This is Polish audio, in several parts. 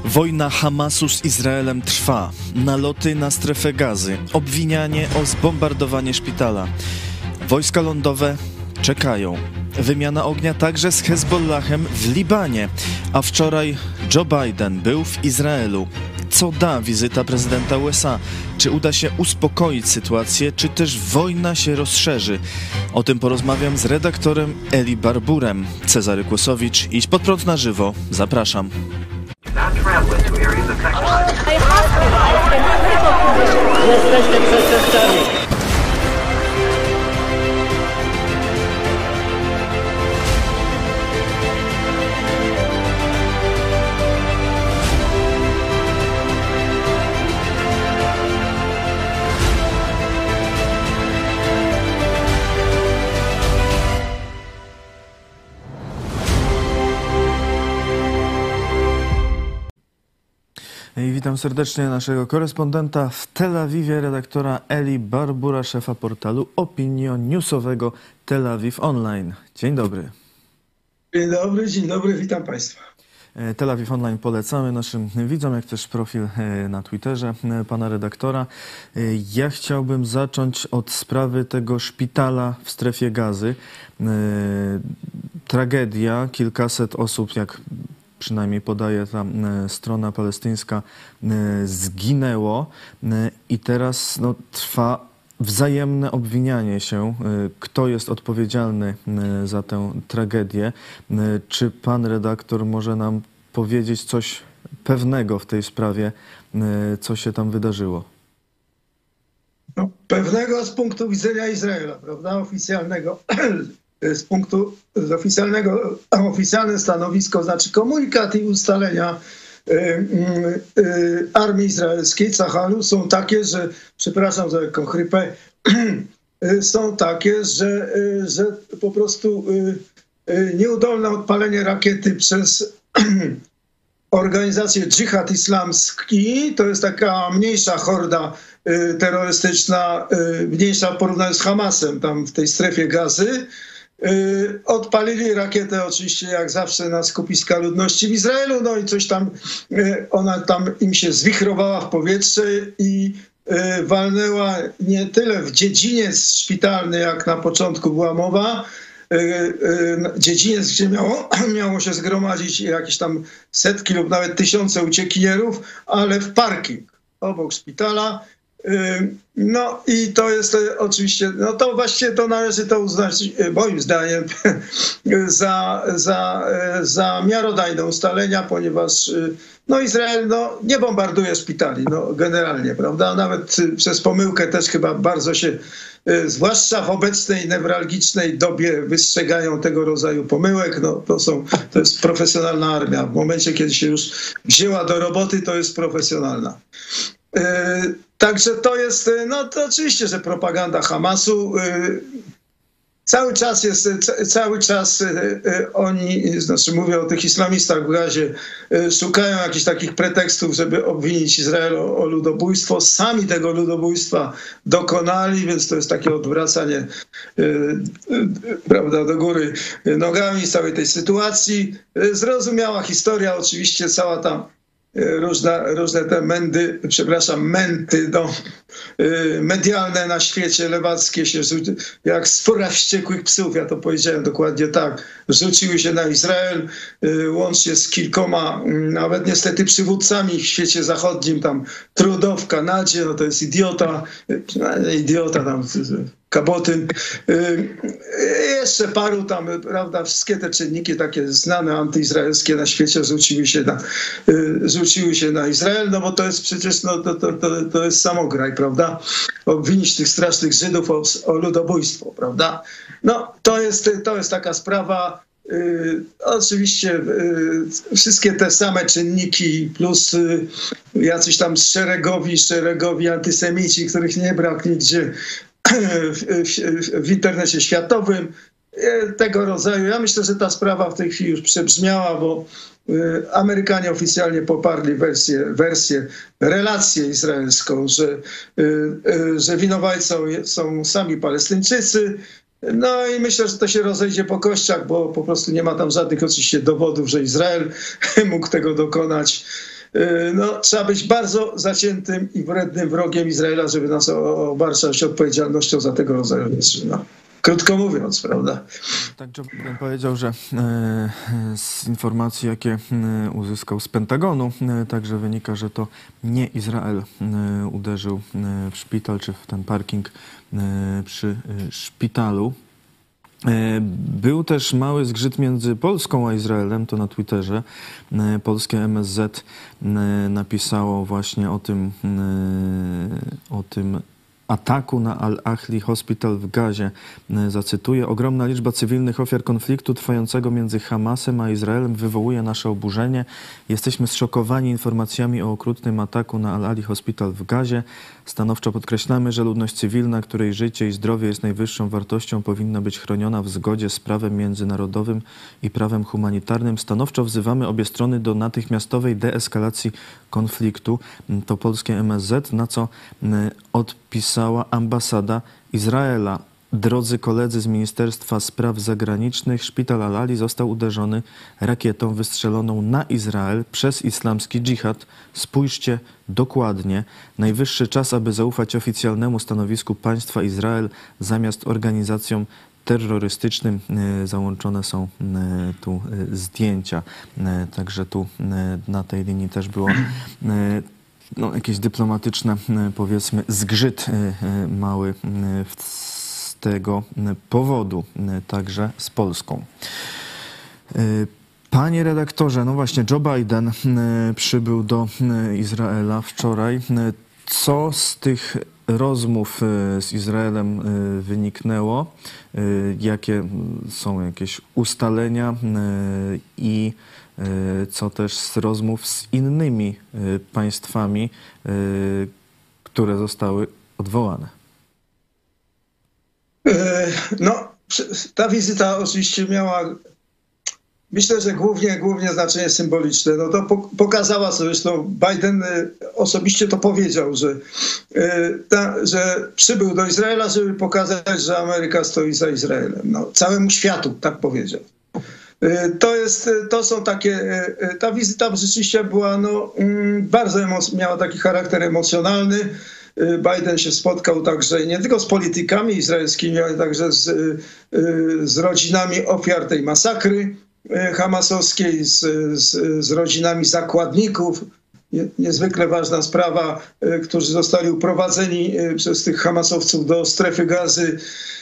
Wojna Hamasu z Izraelem trwa. Naloty na strefę Gazy. Obwinianie o zbombardowanie szpitala. Wojska lądowe czekają. Wymiana ognia także z Hezbollahem w Libanie. A wczoraj Joe Biden był w Izraelu. Co da wizyta prezydenta USA? Czy uda się uspokoić sytuację, czy też wojna się rozszerzy? O tym porozmawiam z redaktorem Eli Barburem. Cezary Kłosowicz, idź pod prąd na żywo. Zapraszam. Jesteście przestępcami. I witam serdecznie naszego korespondenta w Tel Awiwie, redaktora Eli Barbura, szefa portalu opinioniusowego Tel Awiw Online. Dzień dobry. Dzień dobry, witam Państwa. Tel Awiw Online polecamy naszym widzom, jak też profil na Twitterze pana redaktora. Ja chciałbym zacząć od sprawy tego szpitala w strefie Gazy. Tragedia, kilkaset osób, jak przynajmniej podaje ta strona palestyńska, zginęło i teraz trwa wzajemne obwinianie się, kto jest odpowiedzialny za tę tragedię. Czy pan redaktor może nam powiedzieć coś pewnego w tej sprawie, co się tam wydarzyło? No, pewnego z punktu widzenia Izraela, prawda, oficjalnego. Oficjalne stanowisko, znaczy komunikat i ustalenia armii izraelskiej, Cahalu, są takie, że, przepraszam za taką chrypę, są takie, że po prostu nieudolne odpalenie rakiety przez organizację Dżihad Islamski, to jest taka mniejsza horda terrorystyczna, mniejsza w porównaniu z Hamasem tam w tej strefie Gazy, odpalili rakietę oczywiście jak zawsze na skupiska ludności w Izraelu, no i coś tam, ona tam im się zwichrowała w powietrze i walnęła nie tyle w dziedziniec szpitalny, jak na początku była mowa, dziedziniec, gdzie miało się zgromadzić jakieś tam setki lub nawet tysiące uciekinierów, ale w parking obok szpitala. No i to jest oczywiście, no to właściwie to należy to uznać moim zdaniem za miarodajne ustalenia, ponieważ no Izrael nie bombarduje szpitali, generalnie, prawda? Nawet przez pomyłkę też chyba bardzo się, zwłaszcza w obecnej newralgicznej dobie, wystrzegają tego rodzaju pomyłek. To jest profesjonalna armia. W momencie, kiedy się już wzięła do roboty, to jest profesjonalna. Także to jest, to oczywiście, że propaganda Hamasu. Cały czas oni, znaczy mówię o tych islamistach w Gazie, szukają jakichś takich pretekstów, żeby obwinić Izrael o ludobójstwo. Sami tego ludobójstwa dokonali, więc to jest takie odwracanie, prawda, do góry nogami z całej tej sytuacji. Zrozumiała historia, oczywiście cała ta różne te męty medialne na świecie lewackie się jak sfora wściekłych psów, ja to powiedziałem dokładnie tak, rzuciły się na Izrael, łącznie z kilkoma, nawet niestety przywódcami w świecie zachodnim, tam Trudeau w Kanadzie, to jest idiota tam, Kabotyn, jeszcze paru tam, prawda, wszystkie te czynniki takie znane antyizraelskie na świecie rzuciły się na Izrael, bo to jest przecież, to jest samograj, prawda, obwinić tych strasznych Żydów o ludobójstwo, prawda. To jest taka sprawa. Oczywiście wszystkie te same czynniki plus jacyś tam szeregowi antysemici, których nie brak nigdzie w internecie światowym, tego rodzaju. Ja myślę, że ta sprawa w tej chwili już przebrzmiała, bo Amerykanie oficjalnie poparli relację izraelską, że winowajcą są sami Palestyńczycy. No i myślę, że to się rozejdzie po kościach, bo po prostu nie ma tam żadnych oczywiście dowodów, że Izrael mógł tego dokonać. no, trzeba być bardzo zaciętym i wrednym wrogiem Izraela, żeby nas obarczać odpowiedzialnością za tego rodzaju rzeczy. No. Krótko mówiąc, prawda? Tak, Joe Biden powiedział, że z informacji, jakie uzyskał z Pentagonu, także wynika, że to nie Izrael uderzył w szpital, czy w ten parking przy szpitalu. Był też mały zgrzyt między Polską a Izraelem, to na Twitterze. Polskie MSZ napisało właśnie o tym ataku na Al-Ahli Hospital w Gazie. Zacytuję: ogromna liczba cywilnych ofiar konfliktu trwającego między Hamasem a Izraelem wywołuje nasze oburzenie. Jesteśmy zszokowani informacjami o okrutnym ataku na Al-Ahli Hospital w Gazie. Stanowczo podkreślamy, że ludność cywilna, której życie i zdrowie jest najwyższą wartością, powinna być chroniona w zgodzie z prawem międzynarodowym i prawem humanitarnym. Stanowczo wzywamy obie strony do natychmiastowej deeskalacji konfliktu. To polskie MSZ, na co odpisała ambasada Izraela: drodzy koledzy z Ministerstwa Spraw Zagranicznych, szpital Al-Ahli został uderzony rakietą wystrzeloną na Izrael przez islamski dżihad. Spójrzcie dokładnie. Najwyższy czas, aby zaufać oficjalnemu stanowisku państwa Izrael zamiast organizacjom terrorystycznym. Załączone są tu zdjęcia. Także tu na tej linii też było no, jakieś dyplomatyczne, powiedzmy, zgrzyt mały z tego powodu, także z Polską. Panie redaktorze, no właśnie, Joe Biden przybył do Izraela wczoraj. Co z tych rozmów z Izraelem wyniknęło? Jakie są jakieś ustalenia i co też z rozmów z innymi państwami, które zostały odwołane? No, ta wizyta oczywiście miała, myślę, że głównie znaczenie symboliczne. No to pokazała, zresztą Biden osobiście to powiedział, że przybył do Izraela, żeby pokazać, że Ameryka stoi za Izraelem. No, całemu światu, tak powiedział. To są takie, ta wizyta rzeczywiście była, no, bardzo miała taki charakter emocjonalny. Biden się spotkał także nie tylko z politykami izraelskimi, ale także z rodzinami ofiar tej masakry hamasowskiej, z rodzinami zakładników. Niezwykle ważna sprawa, którzy zostali uprowadzeni przez tych hamasowców do strefy Gazy.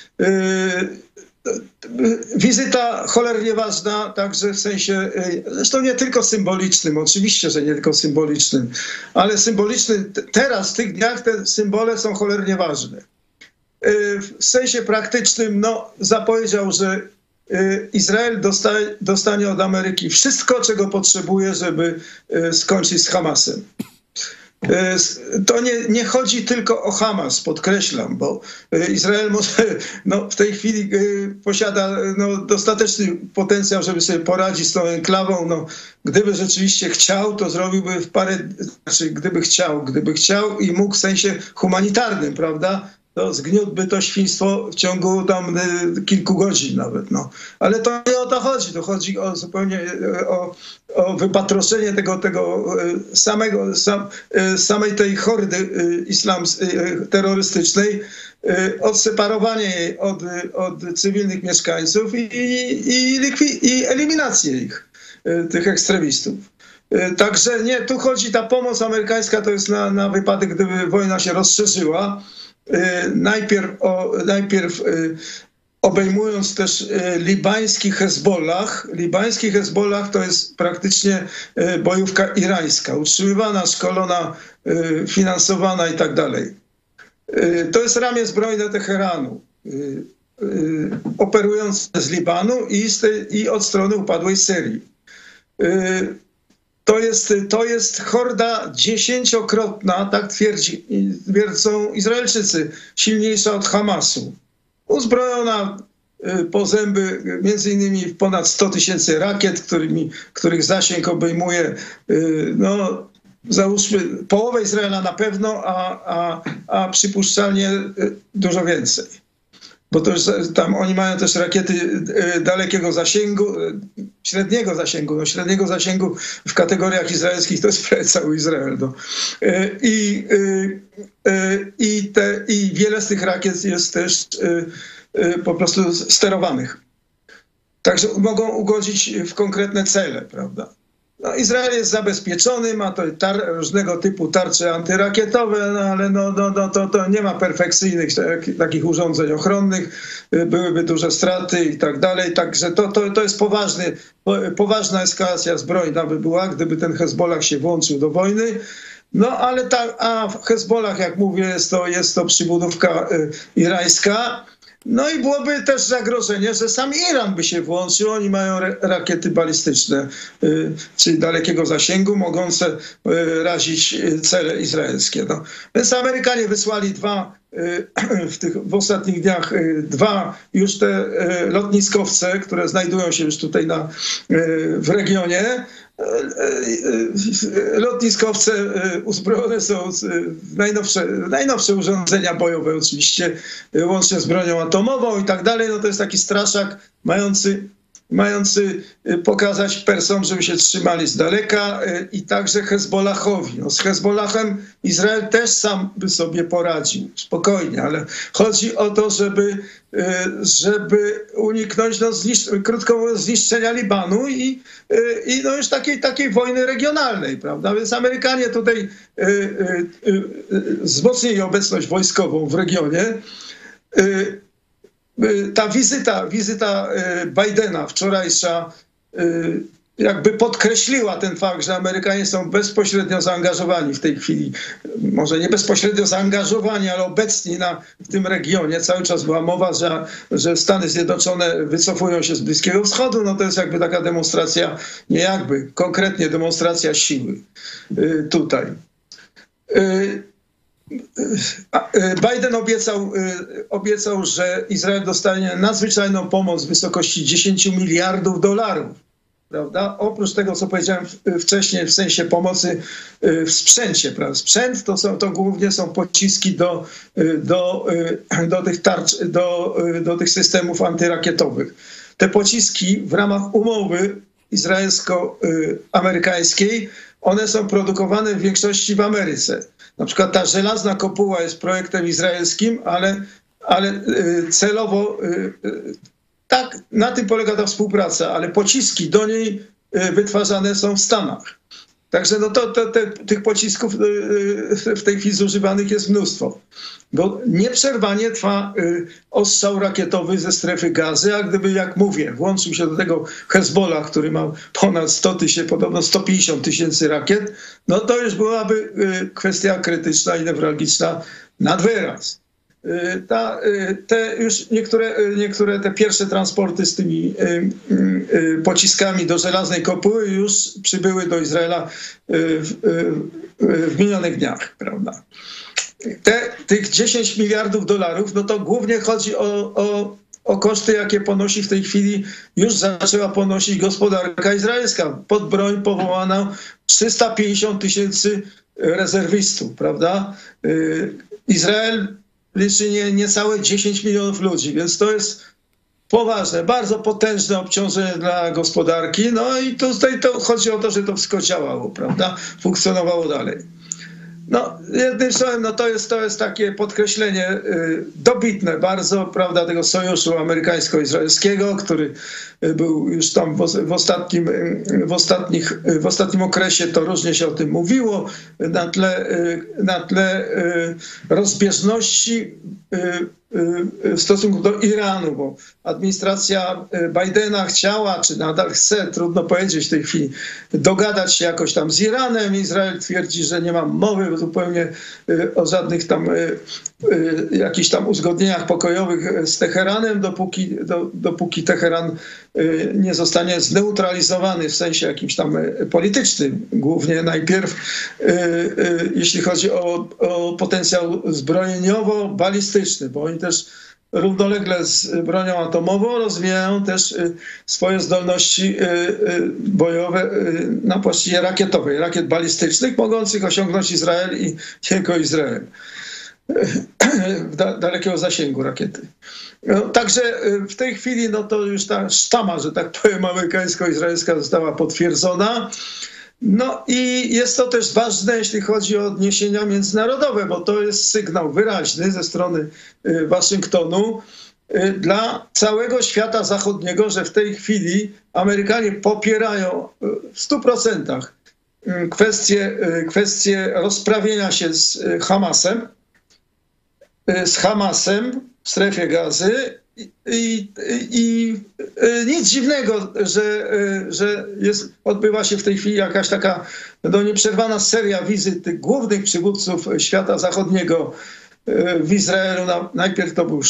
Wizyta cholernie ważna, także w sensie, zresztą nie tylko symbolicznym, oczywiście, że nie tylko symbolicznym, ale symboliczny teraz, w tych dniach te symbole są cholernie ważne. W sensie praktycznym, no, zapowiedział, że Izrael dostanie od Ameryki wszystko, czego potrzebuje, żeby skończyć z Hamasem. To nie chodzi tylko o Hamas, podkreślam, bo Izrael może, no, w tej chwili posiada, no, dostateczny potencjał, żeby sobie poradzić z tą enklawą. No, gdyby rzeczywiście chciał, to zrobiłby gdyby chciał i mógł w sensie humanitarnym, prawda? To zgniótłby to świństwo w ciągu tam kilku godzin nawet. No. Ale to nie o to chodzi. To chodzi zupełnie o wypatroszenie samej tej hordy terrorystycznej, odseparowanie jej od cywilnych mieszkańców i eliminację ich, tych ekstremistów. Także nie, tu chodzi, ta pomoc amerykańska to jest na wypadek, gdyby wojna się rozszerzyła. Najpierw obejmując też libański Hezbollah. Libański Hezbollah to jest praktycznie bojówka irańska, utrzymywana, szkolona, finansowana i tak dalej. To jest ramię zbrojne Teheranu, operujące z Libanu i od strony upadłej Syrii. To jest horda 10-krotna, tak twierdzą Izraelczycy, silniejsza od Hamasu. Uzbrojona po zęby między innymi w ponad 100 000 rakiet, których zasięg obejmuje, no, załóżmy połowę Izraela na pewno, a przypuszczalnie dużo więcej. bo to już tam oni mają też rakiety dalekiego zasięgu, średniego zasięgu w kategoriach izraelskich, to jest prawie cały Izrael. No. I wiele z tych rakiet jest też po prostu sterowanych. Także mogą ugodzić w konkretne cele, prawda? No, Izrael jest zabezpieczony, ma to różnego typu tarcze antyrakietowe, no, ale to nie ma perfekcyjnych takich urządzeń ochronnych, byłyby duże straty i tak dalej. Także to jest poważna eskalacja zbrojna by była, gdyby ten Hezbollah się włączył do wojny. No ale a w Hezbollah, jak mówię, jest to przybudówka irańska. No i byłoby też zagrożenie, że sam Iran by się włączył. Oni mają rakiety balistyczne, czyli dalekiego zasięgu, mogące razić cele izraelskie. No. Więc Amerykanie wysłali w ostatnich dniach dwa już te lotniskowce, które znajdują się już tutaj w regionie. Lotniskowce uzbrojone są w najnowsze urządzenia bojowe oczywiście, łącznie z bronią atomową i tak dalej. No to jest taki straszak mający pokazać Persom, żeby się trzymali z daleka i także Hezbollahowi. No z Hezbollahem Izrael też sam by sobie poradził, spokojnie, ale chodzi o to, żeby uniknąć, krótko mówiąc, zniszczenia Libanu i no już takiej wojny regionalnej, prawda? Więc Amerykanie tutaj wzmocnili obecność wojskową w regionie. Ta wizyta Bidena wczorajsza jakby podkreśliła ten fakt, że Amerykanie są bezpośrednio zaangażowani w tej chwili. Może nie bezpośrednio zaangażowani, ale obecni w tym regionie. Cały czas była mowa, że Stany Zjednoczone wycofują się z Bliskiego Wschodu. No to jest jakby taka demonstracja, konkretnie demonstracja siły tutaj. Biden obiecał, że Izrael dostanie nadzwyczajną pomoc w wysokości $10 miliardów. Prawda? Oprócz tego, co powiedziałem wcześniej, w sensie pomocy w sprzęcie. Prawda? Sprzęt to głównie są pociski do tych tarcz, do tych systemów antyrakietowych. Te pociski w ramach umowy izraelsko-amerykańskiej, one są produkowane w większości w Ameryce. Na przykład ta żelazna kopuła jest projektem izraelskim, ale celowo tak, na tym polega ta współpraca, ale pociski do niej wytwarzane są w Stanach. Także no tych pocisków w tej chwili zużywanych jest mnóstwo. Bo nieprzerwanie trwa ostrzał rakietowy ze strefy Gazy, a gdyby, jak mówię, włączył się do tego Hezbollah, który ma ponad 150 tysięcy rakiet, no to już byłaby kwestia krytyczna i newralgiczna nad wyraz. Już niektóre te pierwsze transporty z tymi pociskami do żelaznej kopuły już przybyły do Izraela w minionych dniach, prawda? Tych $10 miliardów, no to głównie chodzi o koszty, jakie ponosi w tej chwili, już zaczęła ponosić gospodarka izraelska. Pod broń powołano 350 tysięcy rezerwistów, prawda? Izrael liczy niecałe 10 milionów ludzi, więc to jest poważne, bardzo potężne obciążenie dla gospodarki. No i tutaj chodzi o to, że to wszystko działało, prawda? Funkcjonowało dalej. No, jednym słowem, no to jest takie podkreślenie dobitne bardzo, prawda, tego sojuszu amerykańsko-izraelskiego, który był już tam w ostatnim okresie, to różnie się o tym mówiło, na tle rozbieżności w stosunku do Iranu, bo administracja Bidena chciała, czy nadal chce, trudno powiedzieć w tej chwili, dogadać się jakoś tam z Iranem. Izrael twierdzi, że nie ma mowy zupełnie o żadnych tam jakichś tam uzgodnieniach pokojowych z Teheranem, dopóki Teheran nie zostanie zneutralizowany w sensie jakimś tam politycznym. Głównie najpierw, jeśli chodzi o potencjał zbrojeniowo-balistyczny, bo oni też równolegle z bronią atomową rozwijają też swoje zdolności bojowe na płaszczyźnie rakietowej, rakiet balistycznych mogących osiągnąć Izrael i tylko Izrael. dalekiego zasięgu rakiety. No, także w tej chwili no to już ta sztama, że tak powiem, amerykańsko-izraelska została potwierdzona. No i jest to też ważne, jeśli chodzi o odniesienia międzynarodowe, bo to jest sygnał wyraźny ze strony Waszyngtonu dla całego świata zachodniego, że w tej chwili Amerykanie popierają w 100% kwestię rozprawienia się z Hamasem w strefie Gazy i nic dziwnego, że odbywa się w tej chwili jakaś taka nieprzerwana seria wizyt tych głównych przywódców świata zachodniego w Izraelu. Najpierw to był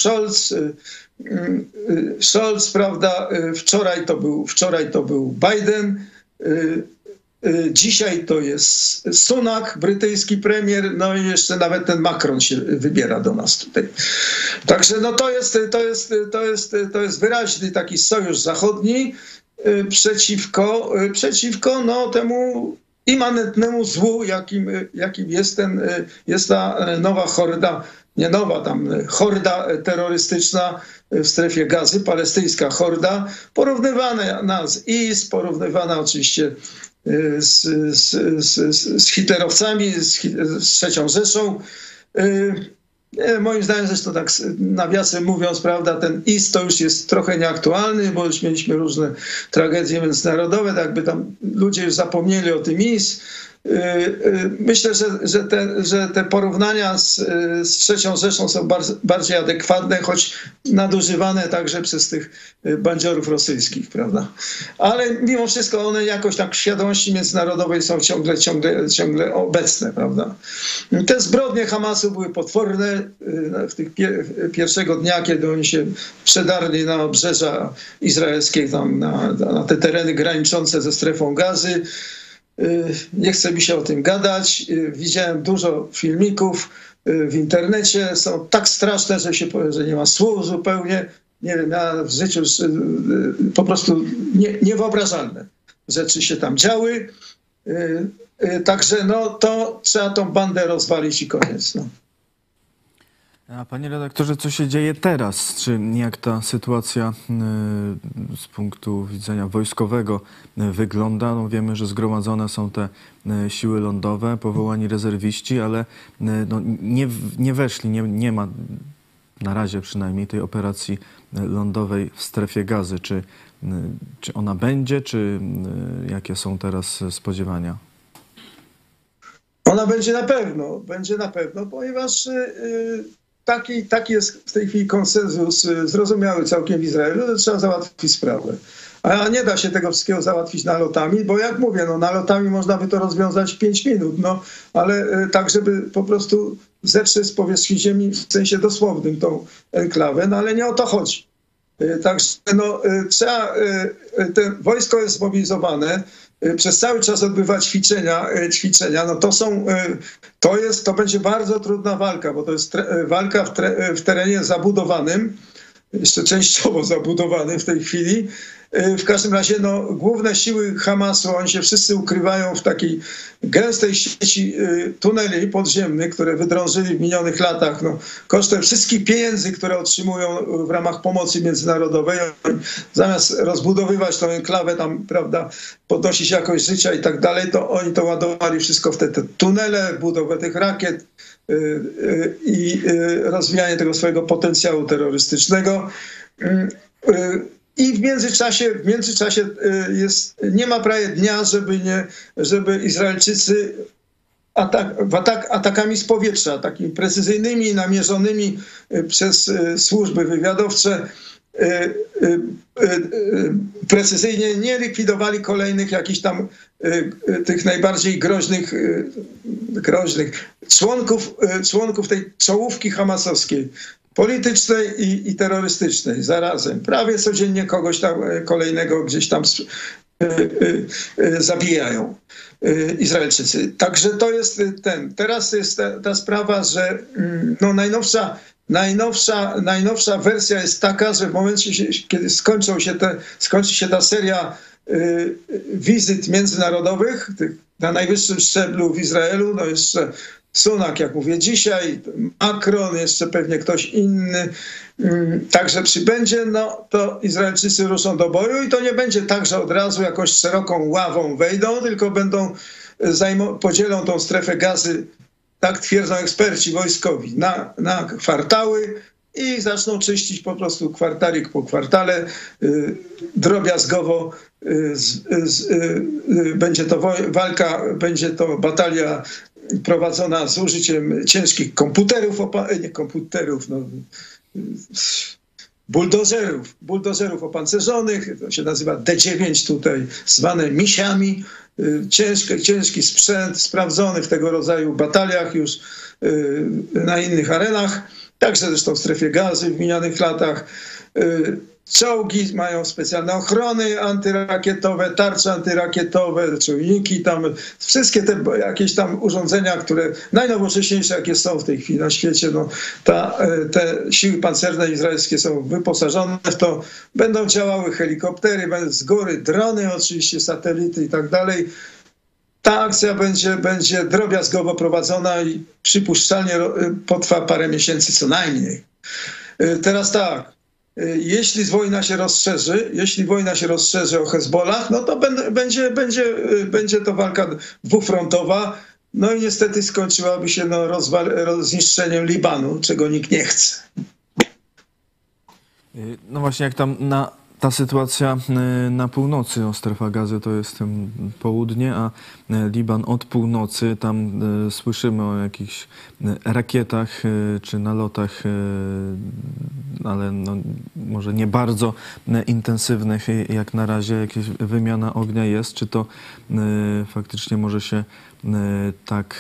Scholz, prawda? Wczoraj to był Biden. Dzisiaj to jest Sunak, brytyjski premier, no i jeszcze nawet ten Macron się wybiera do nas tutaj. Także no to jest wyraźny taki sojusz zachodni przeciwko no, temu immanentnemu złu, jakim jest ta nowa horda, nie nowa, tam horda terrorystyczna w strefie Gazy, palestyńska horda, porównywana z IS, porównywana oczywiście z hitlerowcami, z III Rzeszą. Moim zdaniem zresztą tak nawiasem mówiąc, prawda, ten IS to już jest trochę nieaktualny, bo już mieliśmy różne tragedie międzynarodowe, tak jakby tam ludzie już zapomnieli o tym IS. Myślę, że te porównania z III Rzeszą są bardziej adekwatne, choć nadużywane także przez tych bandziorów rosyjskich, prawda? Ale mimo wszystko one jakoś tak w świadomości międzynarodowej są ciągle obecne, prawda? Te zbrodnie Hamasu były potworne w tych pierwszego dnia, kiedy oni się przedarli na obrzeża izraelskie, tam na te tereny graniczące ze strefą Gazy. Nie chce mi się o tym gadać. Widziałem dużo filmików w internecie. Są tak straszne, że się powie, że nie ma słów zupełnie. Nie wiem, ja w życiu po prostu niewyobrażalne rzeczy się tam działy. Także no, to trzeba tą bandę rozwalić i koniec. No. A panie redaktorze, co się dzieje teraz? Czy jak ta sytuacja z punktu widzenia wojskowego wygląda? No wiemy, że zgromadzone są te siły lądowe, powołani rezerwiści, ale no nie weszli, nie ma na razie przynajmniej tej operacji lądowej w strefie Gazy. Czy ona będzie, czy jakie są teraz spodziewania? Ona będzie na pewno, ponieważ taki jest w tej chwili konsensus zrozumiały całkiem w Izraelu, że trzeba załatwić sprawę. A nie da się tego wszystkiego załatwić nalotami, bo jak mówię, no nalotami można by to rozwiązać w 5 minut, no ale tak, żeby po prostu zetrzeć z powierzchni ziemi w sensie dosłownym tą enklawę, no ale nie o to chodzi. Także no, wojsko jest zmobilizowane, przez cały czas odbywa ćwiczenia, no to będzie bardzo trudna walka, bo to jest walka w terenie zabudowanym, jeszcze częściowo zabudowanym w tej chwili. W każdym razie no, główne siły Hamasu, oni się wszyscy ukrywają w takiej gęstej sieci tuneli podziemnych, które wydrążyli w minionych latach, no, kosztem wszystkich pieniędzy, które otrzymują w ramach pomocy międzynarodowej. Zamiast rozbudowywać tą enklawę, tam, prawda, podnosić jakość życia i tak dalej, to oni to ładowali wszystko w te tunele, budowę tych rakiet i rozwijanie tego swojego potencjału terrorystycznego. I w międzyczasie nie ma prawie dnia, żeby Izraelczycy atakami z powietrza, takimi precyzyjnymi, namierzonymi przez służby wywiadowcze, precyzyjnie nie likwidowali kolejnych jakichś tam tych najbardziej groźnych członków tej czołówki hamasowskiej, politycznej i terrorystycznej zarazem. Prawie codziennie kogoś tam kolejnego gdzieś tam zabijają Izraelczycy. Także to jest teraz jest ta sprawa, że no najnowsza wersja jest taka, że w momencie, kiedy skończy się ta seria wizyt międzynarodowych na najwyższym szczeblu w Izraelu, no jeszcze Sunak, jak mówię dzisiaj, Macron, jeszcze pewnie ktoś inny, także przybędzie, no to Izraelczycy ruszą do boju i to nie będzie tak, że od razu jakoś szeroką ławą wejdą, tylko będą podzielą tą strefę Gazy, tak twierdzą eksperci wojskowi, na kwartały i zaczną czyścić po prostu kwartalik po kwartale, drobiazgowo. Będzie to walka, będzie to batalia prowadzona z użyciem ciężkich buldożerów opancerzonych, to się nazywa D9 tutaj, zwane misiami, ciężki sprzęt sprawdzony w tego rodzaju bataliach już na innych arenach, także zresztą w strefie Gazy w minionych latach. Czołgi mają specjalne ochrony antyrakietowe, tarcze antyrakietowe, czujniki, tam wszystkie te jakieś tam urządzenia, które najnowocześniejsze, jakie są w tej chwili na świecie, no, te siły pancerne izraelskie są wyposażone w to. Będą działały helikoptery, z góry drony, oczywiście satelity i tak dalej. Ta akcja będzie drobiazgowo prowadzona i przypuszczalnie potrwa parę miesięcy co najmniej. Teraz tak. Jeśli wojna się rozszerzy o Hezbollah, no to będzie to walka dwufrontowa, no i niestety skończyłaby się zniszczeniem Libanu, czego nikt nie chce. No właśnie, jak tam ta sytuacja na północy, strefa Gazy to jest południe, a Liban od północy, tam słyszymy o jakichś rakietach czy nalotach, ale no, może nie bardzo intensywnych jak na razie, jakaś wymiana ognia jest. Czy to faktycznie może się tak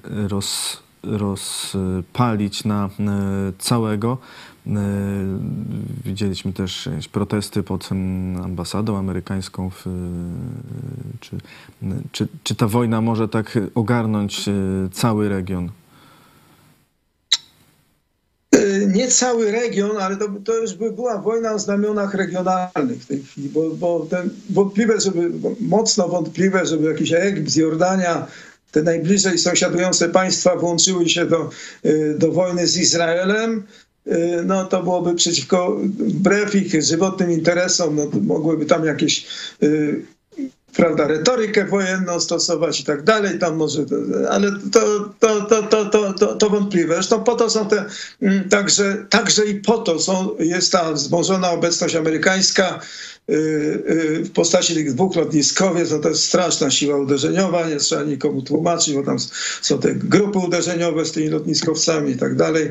rozpalić na całego? Widzieliśmy też protesty pod ambasadą amerykańską. Czy ta wojna może tak ogarnąć cały region? Nie cały region, ale to już by była wojna o znamionach regionalnych w tej chwili, bo mocno wątpliwe, żeby jakiś Egipt, Jordania, te najbliżej sąsiadujące państwa włączyły się do wojny z Izraelem. No to byłoby wbrew ich żywotnym interesom, no to mogłyby tam jakieś retorykę wojenną stosować i tak dalej, tam może, ale to wątpliwe. Zresztą po to są także i po to jest ta wzmożona obecność amerykańska w postaci tych dwóch lotniskowiec. No to jest straszna siła uderzeniowa, nie trzeba nikomu tłumaczyć, bo tam są te grupy uderzeniowe z tymi lotniskowcami i tak dalej.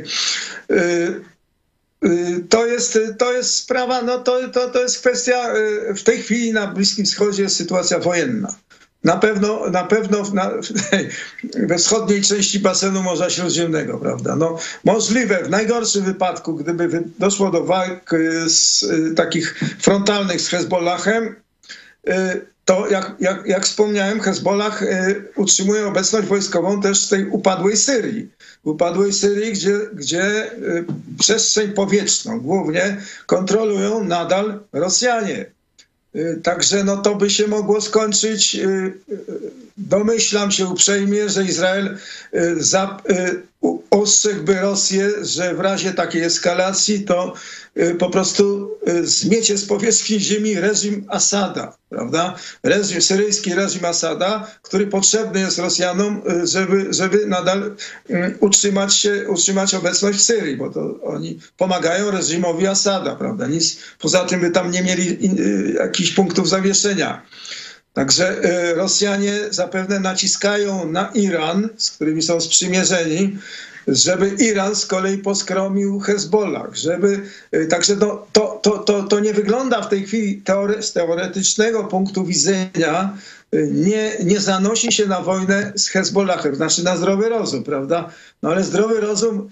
To jest sprawa, no to jest kwestia, w tej chwili na Bliskim Wschodzie jest sytuacja wojenna. Na pewno we wschodniej części basenu Morza Śródziemnego, prawda? No, możliwe w najgorszym wypadku, gdyby doszło do walk takich frontalnych z Hezbollahem, to jak wspomniałem, Hezbollah utrzymuje obecność wojskową też w tej upadłej Syrii. Gdzie przestrzeń powietrzną głównie kontrolują nadal Rosjanie. Także no to by się mogło skończyć, domyślam się uprzejmie, że Izrael ostrzegłby Rosję, że w razie takiej eskalacji to po prostu zmiecie z powierzchni ziemi reżim Asada, prawda? Syryjski reżim Asada, który potrzebny jest Rosjanom, żeby nadal utrzymać obecność w Syrii, bo to oni pomagają reżimowi Asada, prawda? Nic poza tym by tam nie mieli jakichś punktów zawieszenia. Także Rosjanie zapewne naciskają na Iran, z którymi są sprzymierzeni, żeby Iran z kolei poskromił Hezbollah. Także to nie wygląda w tej chwili z teoretycznego punktu widzenia, nie zanosi się na wojnę z Hezbollahem, znaczy na zdrowy rozum, prawda? No ale zdrowy rozum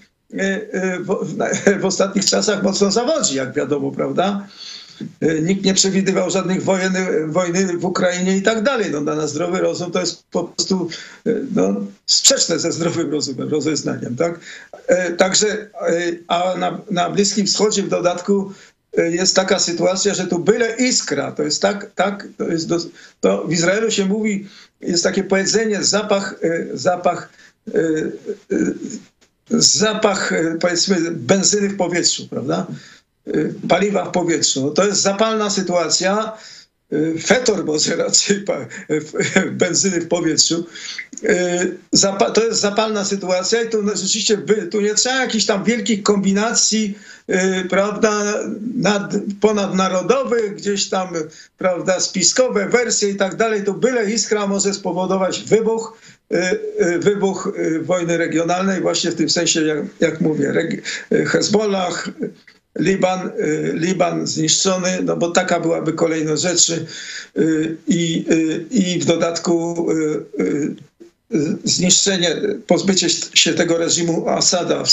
w ostatnich czasach mocno zawodzi, jak wiadomo, prawda? Nikt nie przewidywał żadnych wojny w Ukrainie i tak dalej. No, na zdrowy rozum to jest po prostu sprzeczne ze zdrowym rozumem, rozeznaniem. Tak? Także, a na Bliskim Wschodzie w dodatku jest taka sytuacja, że tu byle iskra, to jest to w Izraelu się mówi, jest takie powiedzenie, zapach zapach, powiedzmy, benzyny w powietrzu, prawda? Paliwa w powietrzu. No to jest zapalna sytuacja. Fetor może raczej benzyny w powietrzu. To jest zapalna sytuacja i tu rzeczywiście tu nie trzeba jakichś tam wielkich kombinacji, prawda, ponadnarodowych, gdzieś tam, prawda, spiskowe wersje i tak dalej. Tu byle iskra może spowodować wybuch wojny regionalnej, właśnie w tym sensie, jak mówię, Hezbollah, Liban zniszczony, no bo taka byłaby kolejność rzeczy i w dodatku zniszczenie, pozbycie się tego reżimu Asada w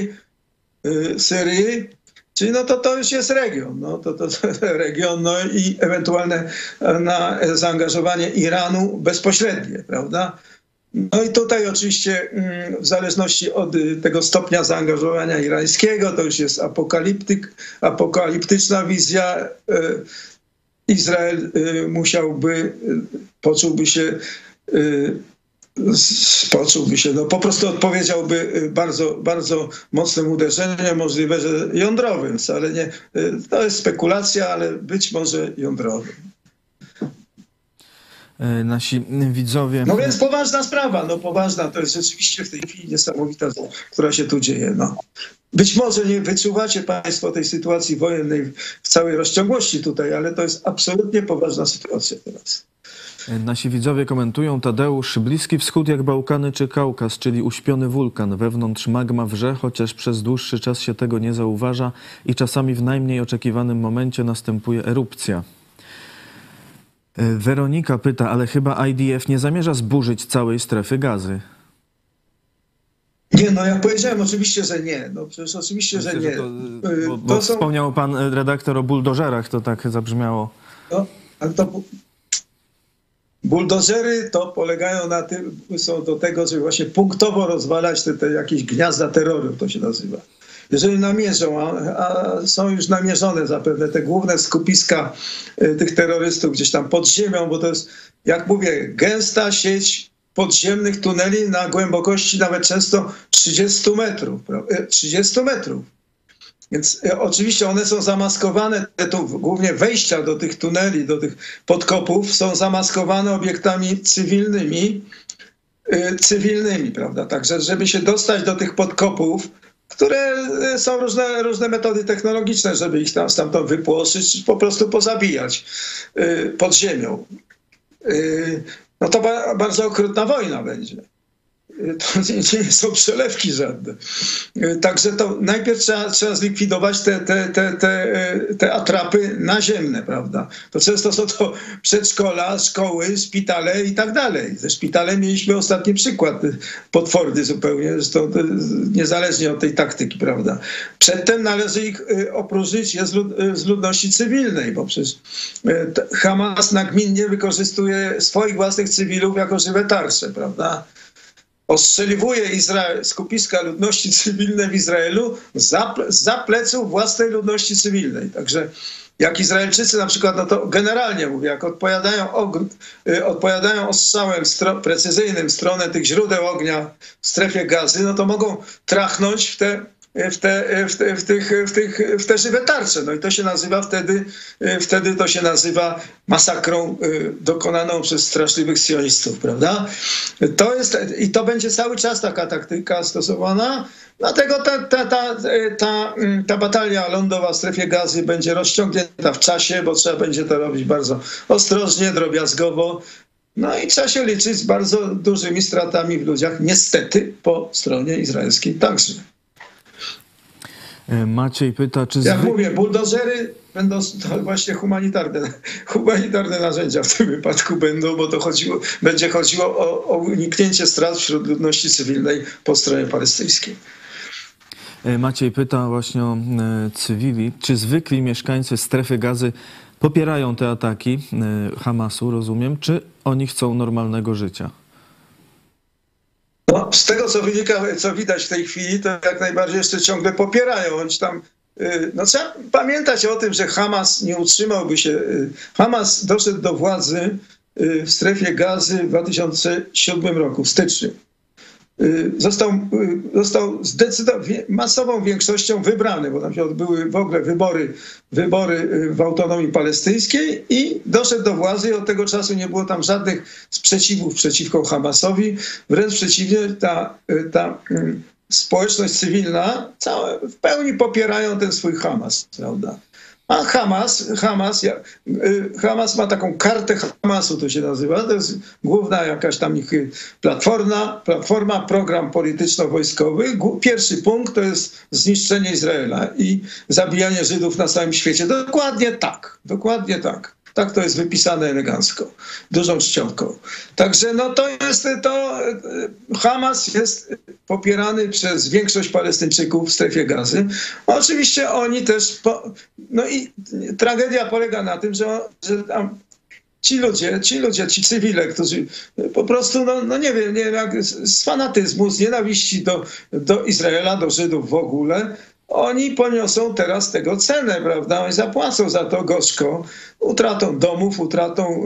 Syrii, czyli no to już jest region, no to region, no i ewentualne zaangażowanie Iranu bezpośrednie, prawda? No i tutaj oczywiście w zależności od tego stopnia zaangażowania irańskiego, to już jest apokaliptyczna wizja. Izrael poczułby się, no po prostu odpowiedziałby bardzo, bardzo mocnym uderzeniem, możliwe, że jądrowym, wcale nie, to jest spekulacja, ale być może jądrowym. Nasi widzowie... No więc poważna sprawa, no poważna, to jest rzeczywiście w tej chwili niesamowita, która się tu dzieje. No. Być może nie wyczuwacie państwo tej sytuacji wojennej w całej rozciągłości tutaj, ale to jest absolutnie poważna sytuacja teraz. Nasi widzowie komentują: Tadeusz, Bliski Wschód jak Bałkany czy Kaukaz, czyli uśpiony wulkan. Wewnątrz magma wrze, chociaż przez dłuższy czas się tego nie zauważa i czasami w najmniej oczekiwanym momencie następuje erupcja. Weronika pyta, ale chyba IDF nie zamierza zburzyć całej strefy Gazy. Nie, no jak powiedziałem, oczywiście, że nie. No przecież oczywiście, że nie. Bo wspomniał pan redaktor o buldożerach, to tak zabrzmiało. No, ale to buldożery to polegają na tym, są do tego, żeby właśnie punktowo rozwalać te jakieś gniazda terroru, to się nazywa. Jeżeli namierzą, a są już namierzone zapewne te główne skupiska tych terrorystów gdzieś tam pod ziemią, bo to jest, jak mówię, gęsta sieć podziemnych tuneli na głębokości nawet często 30 metrów. 30 metrów. Więc oczywiście one są zamaskowane, głównie wejścia do tych tuneli, do tych podkopów są zamaskowane obiektami cywilnymi, prawda? Także żeby się dostać do tych podkopów, które są różne metody technologiczne, żeby ich tam stamtąd wypłoszyć, czy po prostu pozabijać pod ziemią. No to bardzo okrutna wojna będzie. To nie są przelewki żadne. Także to najpierw trzeba zlikwidować te atrapy naziemne, prawda? To często są to przedszkola, szkoły, szpitale i tak dalej. Ze szpitalem mieliśmy ostatni przykład, potworny zupełnie, zresztą niezależnie od tej taktyki, prawda? Przedtem należy ich opróżnić z ludności cywilnej, bo przecież Hamas nagminnie wykorzystuje swoich własnych cywilów jako żywe tarcze, prawda? Ostrzeliwuje skupiska ludności cywilnej w Izraelu za pleców własnej ludności cywilnej. Także jak Izraelczycy na przykład, no to generalnie mówię, jak odpowiadają ostrzałem precyzyjnym w stronę tych źródeł ognia w strefie Gazy, no to mogą trachnąć w te żywe tarcze. No i to się nazywa wtedy to się nazywa masakrą dokonaną przez straszliwych sionistów, prawda? I to będzie cały czas taka taktyka stosowana. Dlatego ta batalia lądowa w strefie Gazy będzie rozciągnięta w czasie, bo trzeba będzie to robić bardzo ostrożnie, drobiazgowo. No i trzeba się liczyć z bardzo dużymi stratami w ludziach, niestety po stronie izraelskiej także. Maciej pyta, czy... Jak mówię, buldożery będą to właśnie humanitarne narzędzia w tym wypadku będą, bo to będzie chodziło o uniknięcie strat wśród ludności cywilnej po stronie palestyńskiej. Maciej pyta właśnie o cywili. Czy zwykli mieszkańcy strefy Gazy popierają te ataki Hamasu, rozumiem, czy oni chcą normalnego życia? No, z tego, co widać w tej chwili, to jak najbardziej jeszcze ciągle popierają. Oni tam, no, trzeba pamiętać o tym, że Hamas nie utrzymałby się. Hamas doszedł do władzy w strefie Gazy w 2007 roku, w styczniu. został masową większością wybrany, bo tam się odbyły w ogóle wybory w autonomii palestyńskiej i doszedł do władzy i od tego czasu nie było tam żadnych sprzeciwów przeciwko Hamasowi. Wręcz przeciwnie, ta społeczność cywilna w pełni popierają ten swój Hamas, prawda? A Hamas ma taką kartę Hamasu, to się nazywa. To jest główna jakaś tam ich platforma, program polityczno-wojskowy. Pierwszy punkt to jest zniszczenie Izraela i zabijanie Żydów na całym świecie. Dokładnie tak, dokładnie tak. Tak to jest wypisane elegancko, dużą czcionką. Także no Hamas jest popierany przez większość Palestyńczyków w strefie Gazy. Oczywiście oni też, no i tragedia polega na tym, że tam ci cywile, którzy po prostu, no nie wiem, jak z fanatyzmu, z nienawiści do Izraela, do Żydów w ogóle, oni poniosą teraz tego cenę, prawda? Oni zapłacą za to gorzko, utratą domów, utratą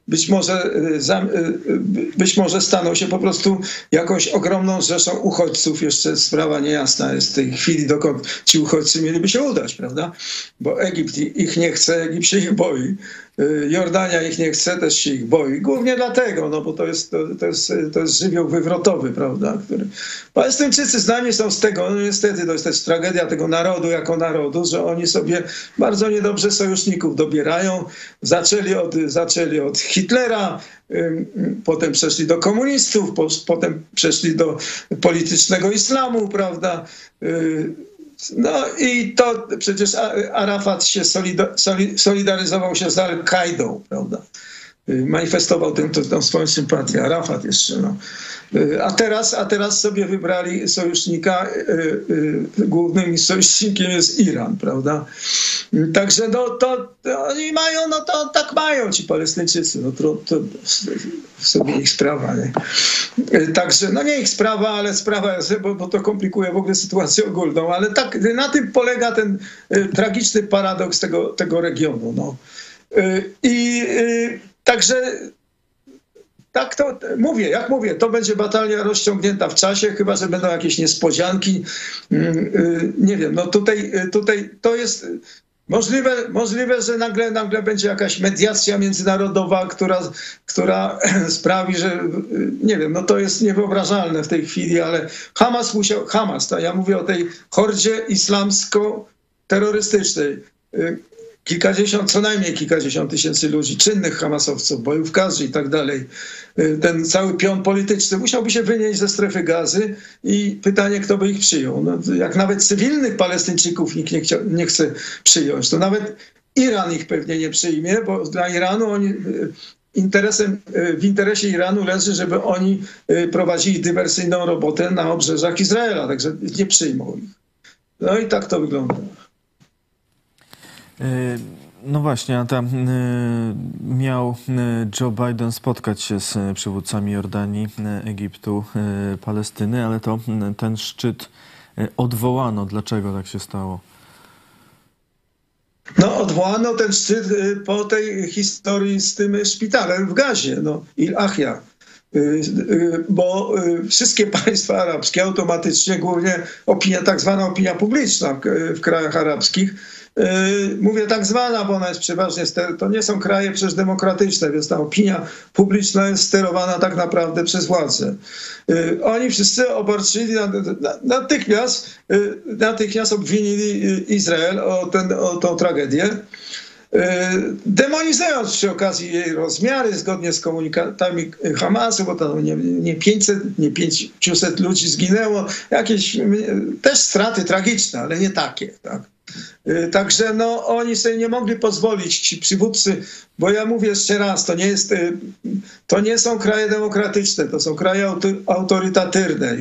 być może staną się po prostu jakąś ogromną rzeszą uchodźców. Jeszcze sprawa niejasna jest w tej chwili, dokąd ci uchodźcy mieliby się udać, prawda? Bo Egipt ich nie chce, Egipt się ich boi. Jordania ich nie chce, też się ich boi. Głównie dlatego, no bo to jest żywioł wywrotowy, prawda? Palestyńczycy znani są z tego, no niestety to jest też tragedia tego narodu jako narodu, że oni sobie bardzo niedobrze sojuszników dobierają. Zaczęli od Hitlera, potem przeszli do komunistów, potem przeszli do politycznego islamu, prawda? No i to przecież Arafat się solidaryzował się z Al-Kaidą, prawda? Manifestował tę swoją sympatię. Arafat jeszcze, no. A teraz sobie wybrali sojusznika, głównym sojusznikiem jest Iran, prawda? Także no to oni mają, no to tak mają ci Palestyńczycy, no to w sobie ich sprawa, nie? Także, no nie ich sprawa, ale sprawa jest, bo to komplikuje w ogóle sytuację ogólną, ale tak, na tym polega ten tragiczny paradoks tego regionu, no. Także tak to mówię, to będzie batalia rozciągnięta w czasie, chyba że będą jakieś niespodzianki. Nie wiem, no tutaj to jest możliwe, że nagle będzie jakaś mediacja międzynarodowa, która sprawi, że nie wiem, no to jest niewyobrażalne w tej chwili, ale ja mówię o tej hordzie islamsko-terrorystycznej. Co najmniej kilkadziesiąt tysięcy ludzi, czynnych hamasowców, bojówkarzy i tak dalej. Ten cały pion polityczny musiałby się wynieść ze strefy Gazy i pytanie, kto by ich przyjął. No, jak nawet cywilnych Palestyńczyków nikt nie chce przyjąć, to nawet Iran ich pewnie nie przyjmie, bo dla Iranu w interesie Iranu leży, żeby oni prowadzili dywersyjną robotę na obrzeżach Izraela, także nie przyjmą ich. No i tak to wygląda. No właśnie, miał Joe Biden spotkać się z przywódcami Jordanii, Egiptu, Palestyny, ale ten szczyt odwołano. Dlaczego tak się stało? No odwołano ten szczyt po tej historii z tym szpitalem w Gazie, no, Il-Ahja. Bo wszystkie państwa arabskie automatycznie, głównie tak zwana opinia publiczna w krajach arabskich, mówię tak zwana, bo ona jest przeważnie, to nie są kraje przecież demokratyczne, więc ta opinia publiczna jest sterowana tak naprawdę przez władzę. Oni wszyscy obarczyli, natychmiast obwinili Izrael o tą tragedię, demonizując przy okazji jej rozmiary zgodnie z komunikatami Hamasu, bo tam nie 500, nie 500 ludzi zginęło, jakieś też straty tragiczne, ale nie takie, tak. Także no, oni sobie nie mogli pozwolić, ci przywódcy, bo ja mówię jeszcze raz, to nie są kraje demokratyczne, to są kraje autorytatywne.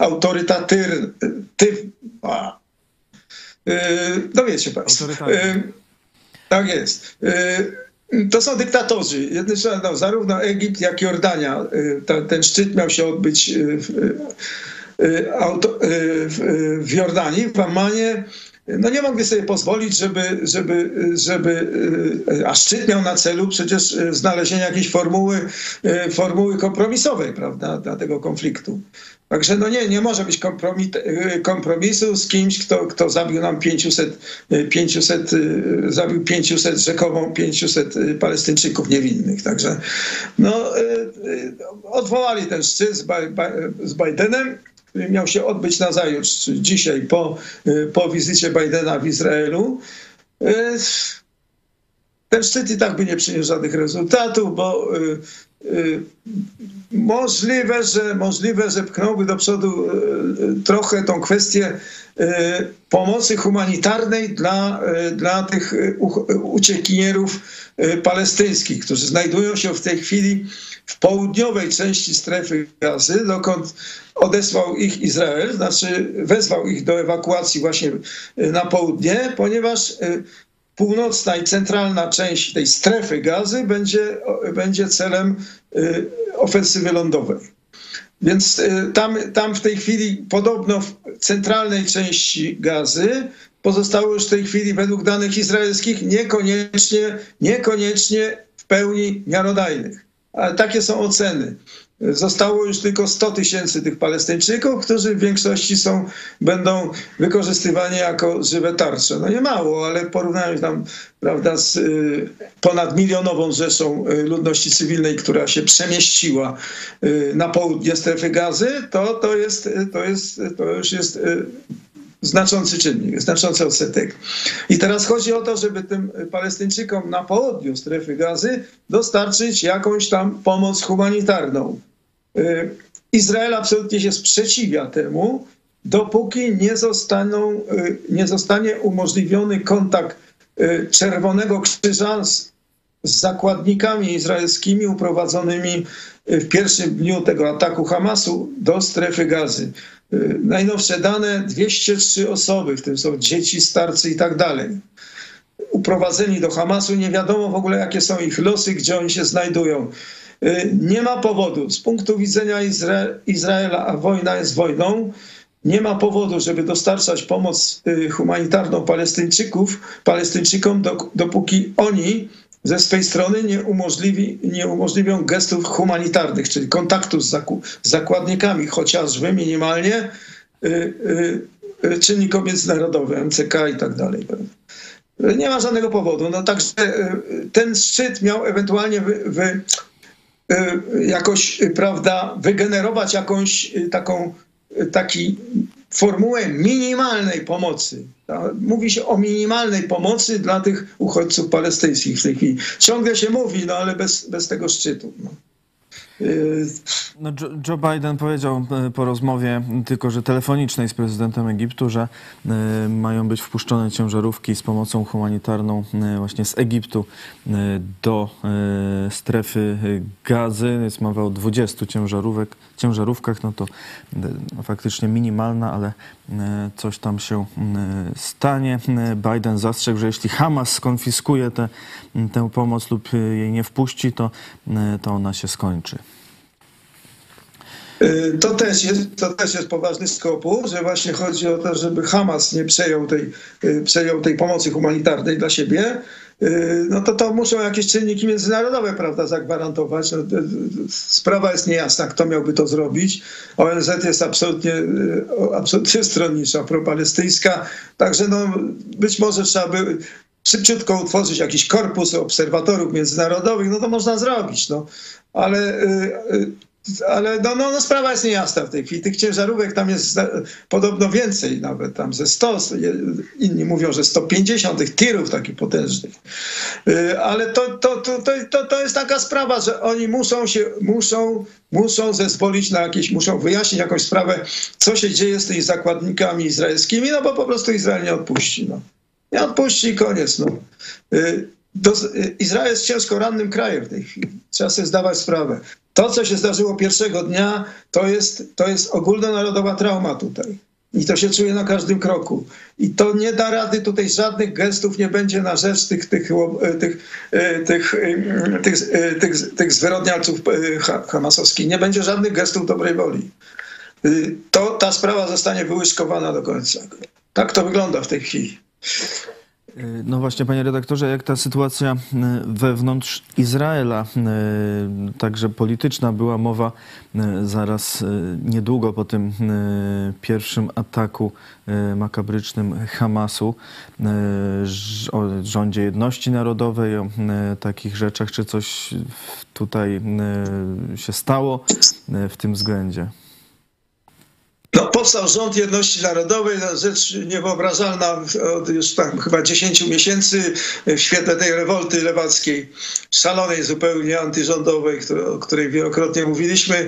No wiecie państwo. Tak jest. To są dyktatorzy. Zarówno Egipt, jak i Jordania. Ten szczyt miał się odbyć w Jordanii, w Ammanie. no nie mogli sobie pozwolić, a szczyt miał na celu przecież znalezienie jakiejś formuły kompromisowej, prawda, dla tego konfliktu. Także no nie może być kompromisu z kimś, kto zabił nam 500 Palestyńczyków niewinnych. Także no, odwołali ten szczyt z Bidenem, który miał się odbyć nazajutrz, dzisiaj po wizycie Bidena w Izraelu. Ten szczyt i tak by nie przyniósł żadnych rezultatów, bo możliwe, że pchnąłby do przodu trochę tą kwestię pomocy humanitarnej dla tych uciekinierów palestyńskich, którzy znajdują się w tej chwili w południowej części strefy Gazy, dokąd odesłał ich Izrael, znaczy wezwał ich do ewakuacji właśnie na południe, ponieważ północna i centralna część tej strefy Gazy będzie celem ofensywy lądowej. Więc tam w tej chwili podobno w centralnej części Gazy pozostało już w tej chwili według danych izraelskich niekoniecznie w pełni miarodajnych. Ale takie są oceny. Zostało już tylko 100 000 tych Palestyńczyków, którzy w większości będą wykorzystywani jako żywe tarcze. No nie mało, ale porównając tam, prawda, z ponadmilionową rzeszą ludności cywilnej, która się przemieściła na południe strefy Gazy, to już jest znaczący czynnik, znaczący odsetek. I teraz chodzi o to, żeby tym Palestyńczykom na południu strefy Gazy dostarczyć jakąś tam pomoc humanitarną. Izrael absolutnie się sprzeciwia temu, dopóki nie zostanie umożliwiony kontakt Czerwonego Krzyża z zakładnikami izraelskimi uprowadzonymi w pierwszym dniu tego ataku Hamasu do strefy Gazy. Najnowsze dane, 203 osoby, w tym są dzieci, starcy i tak dalej. Uprowadzeni do Hamasu, nie wiadomo w ogóle, jakie są ich losy, gdzie oni się znajdują. Nie ma powodu, z punktu widzenia Izraela, a wojna jest wojną, nie ma powodu, żeby dostarczać pomoc humanitarną Palestyńczykom, dopóki oni ze swej strony nie umożliwią gestów humanitarnych, czyli kontaktu z zakładnikami, chociażby minimalnie czynnikom międzynarodowym, MCK i tak dalej. Nie ma żadnego powodu. No także ten szczyt miał ewentualnie jakoś, prawda, wygenerować jakąś taki formułę minimalnej pomocy. Mówi się o minimalnej pomocy dla tych uchodźców palestyńskich w tej chwili. Ciągle się mówi, no ale bez tego szczytu. No. No, Joe Biden powiedział po rozmowie tylko, że telefonicznej z prezydentem Egiptu, że mają być wpuszczone ciężarówki z pomocą humanitarną właśnie z Egiptu do strefy Gazy. Jest mowa o 20 ciężarówkach, no to faktycznie minimalna, ale coś tam się stanie. Biden zastrzegł, że jeśli Hamas skonfiskuje tę pomoc lub jej nie wpuści, to ona się skończy. To też jest poważny skopus, że właśnie chodzi o to, żeby Hamas nie przejął tej pomocy humanitarnej dla siebie. No to muszą jakieś czynniki międzynarodowe, prawda, zagwarantować. No, sprawa jest niejasna, kto miałby to zrobić. ONZ jest absolutnie stronnicza, propalestyńska. Także no, być może trzeba by szybciutko utworzyć jakiś korpus obserwatorów międzynarodowych. No to można zrobić, no. Ale sprawa jest niejasna w tej chwili. Tych ciężarówek tam jest podobno więcej, nawet tam ze 100, inni mówią, że 150 tych tirów takich potężnych. Ale to jest taka sprawa, że oni muszą zezwolić na muszą wyjaśnić jakąś sprawę, co się dzieje z tymi zakładnikami izraelskimi, no bo po prostu Izrael nie odpuści. No. Nie odpuści i koniec. No. Izrael jest ciężko rannym krajem w tej chwili. Trzeba sobie zdawać sprawę. To, co się zdarzyło pierwszego dnia, to jest ogólnonarodowa trauma tutaj. I to się czuje na każdym kroku. I to nie da rady, tutaj żadnych gestów nie będzie na rzecz tych zwyrodnialców hamasowskich. Nie będzie żadnych gestów dobrej woli. Ta sprawa zostanie wyłyszkowana do końca. Tak to wygląda w tej chwili. No właśnie, panie redaktorze, jak ta sytuacja wewnątrz Izraela, także polityczna, była mowa zaraz niedługo po tym pierwszym ataku makabrycznym Hamasu o rządzie jedności narodowej, o takich rzeczach, czy coś tutaj się stało w tym względzie? No, powstał rząd jedności narodowej, rzecz niewyobrażalna od już tam chyba 10 miesięcy w świetle tej rewolty lewackiej, szalonej zupełnie antyrządowej, o której wielokrotnie mówiliśmy.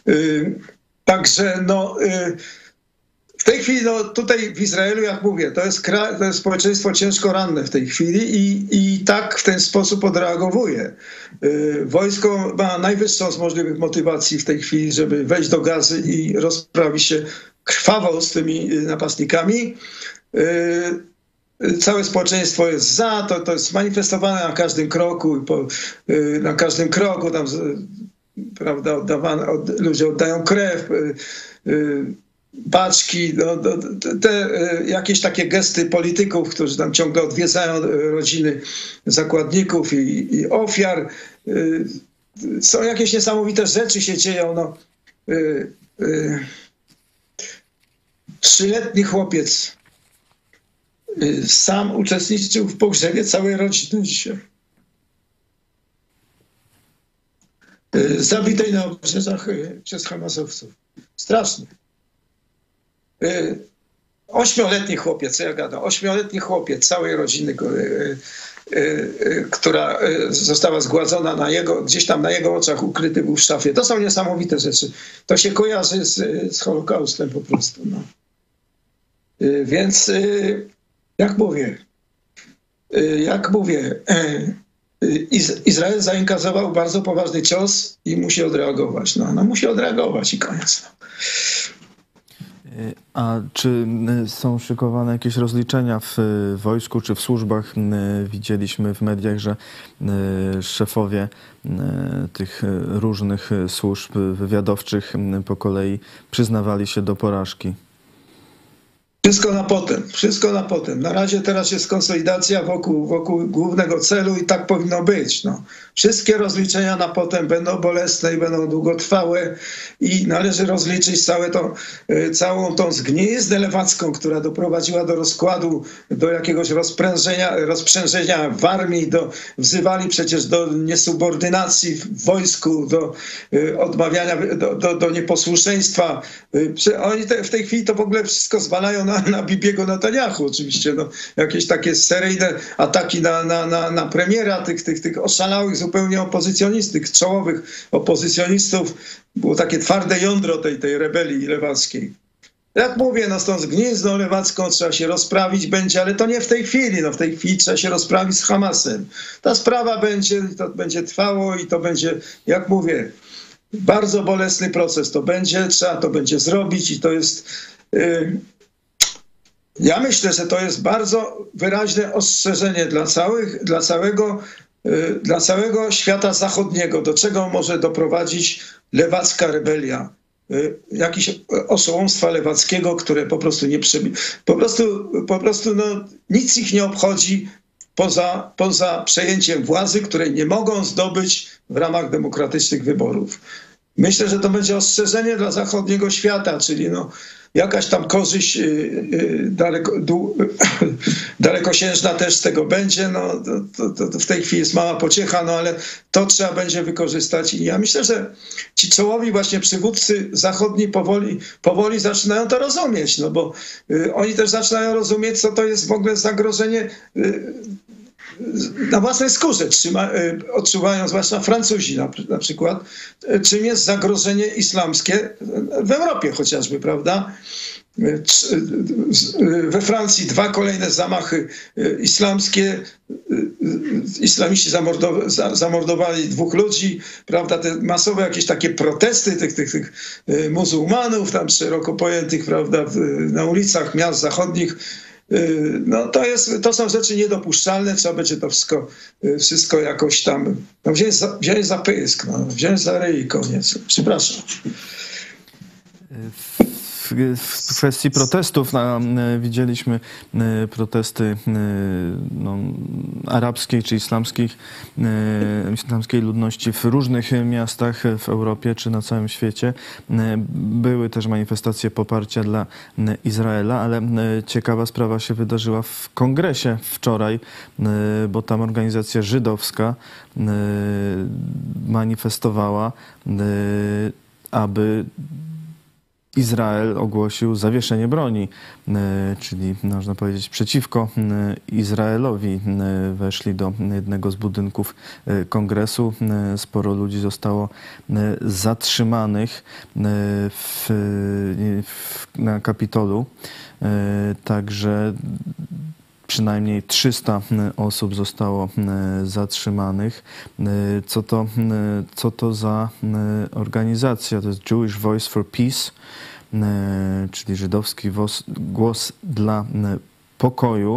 Także w tej chwili, tutaj w Izraelu, jak mówię, to jest społeczeństwo ciężko ranne w tej chwili i tak w ten sposób odreagowuje. Wojsko ma najwyższą z możliwych motywacji w tej chwili, żeby wejść do Gazy i rozprawić się krwawo z tymi napastnikami. Całe społeczeństwo jest za, to jest manifestowane na każdym kroku, tam, prawda, ludzie oddają krew, paczki, te jakieś takie gesty polityków, którzy tam ciągle odwiedzają rodziny zakładników i ofiar. Są jakieś niesamowite rzeczy się dzieją. 3-letni chłopiec sam uczestniczył w pogrzebie całej rodziny dzisiaj. Zabitej na obrzeżach przez hamasowców. Strasznie. 8-letni chłopiec, co ja gadam, 8-letni chłopiec całej rodziny, która została zgładzona gdzieś tam na jego oczach ukryty był w szafie. To są niesamowite rzeczy. To się kojarzy z Holokaustem po prostu. Więc jak mówię, Izrael zainkasował bardzo poważny cios i musi odreagować. Musi odreagować i koniec. A czy są szykowane jakieś rozliczenia w wojsku czy w służbach? Widzieliśmy w mediach, że szefowie tych różnych służb wywiadowczych po kolei przyznawali się do porażki. Wszystko na potem. Na razie teraz jest konsolidacja wokół głównego celu i tak powinno być. Wszystkie rozliczenia na potem będą bolesne i będą długotrwałe i należy rozliczyć całą tą zgniliznę lewacką, która doprowadziła do rozkładu, do jakiegoś rozprzężenia w armii, wzywali przecież do niesubordynacji w wojsku, do odmawiania, do nieposłuszeństwa. Oni w tej chwili to w ogóle wszystko zwalają na Bibiego Netanyahu oczywiście. Jakieś takie seryjne ataki na premiera, tych oszalałych zupełnie tych czołowych opozycjonistów. Było takie twarde jądro tej rebelii lewackiej. Jak mówię, z tą zgnilizną lewacką trzeba się rozprawić będzie, ale to nie w tej chwili. W tej chwili trzeba się rozprawić z Hamasem. Ta sprawa będzie trwało i to będzie, jak mówię, bardzo bolesny proces. Trzeba to będzie zrobić i to jest... Ja myślę, że to jest bardzo wyraźne ostrzeżenie dla całego świata zachodniego, do czego może doprowadzić lewacka rebelia. Jakieś oszołomstwa lewackiego, które po prostu nic ich nie obchodzi poza przejęciem władzy, której nie mogą zdobyć w ramach demokratycznych wyborów. Myślę, że to będzie ostrzeżenie dla zachodniego świata, czyli jakaś tam korzyść dalekosiężna też z tego będzie. To w tej chwili jest mała pociecha, ale to trzeba będzie wykorzystać. I ja myślę, że ci czołowi właśnie przywódcy zachodni powoli zaczynają to rozumieć, bo oni też zaczynają rozumieć, co to jest w ogóle zagrożenie na własnej skórze odczuwają, zwłaszcza Francuzi na przykład, czym jest zagrożenie islamskie w Europie chociażby, prawda? We Francji 2 kolejne zamachy islamskie. Islamiści zamordowali 2 ludzi, prawda? Te masowe jakieś takie protesty tych muzułmanów, tam szeroko pojętych, prawda, na ulicach miast zachodnich. To są rzeczy niedopuszczalne, trzeba będzie to wszystko jakoś tam wziąć za pysk, wziąć za ryj i koniec. Przepraszam. w kwestii protestów widzieliśmy protesty arabskiej czy islamskiej ludności w różnych miastach w Europie czy na całym świecie. Były też manifestacje poparcia dla Izraela, ale ciekawa sprawa się wydarzyła w Kongresie wczoraj, bo tam organizacja żydowska manifestowała, aby Izrael ogłosił zawieszenie broni, czyli można powiedzieć przeciwko Izraelowi. Weszli do jednego z budynków kongresu. Sporo ludzi zostało zatrzymanych na Kapitolu. Także przynajmniej 300 osób zostało zatrzymanych. Co to za organizacja? To jest Jewish Voice for Peace, czyli żydowski głos dla pokoju.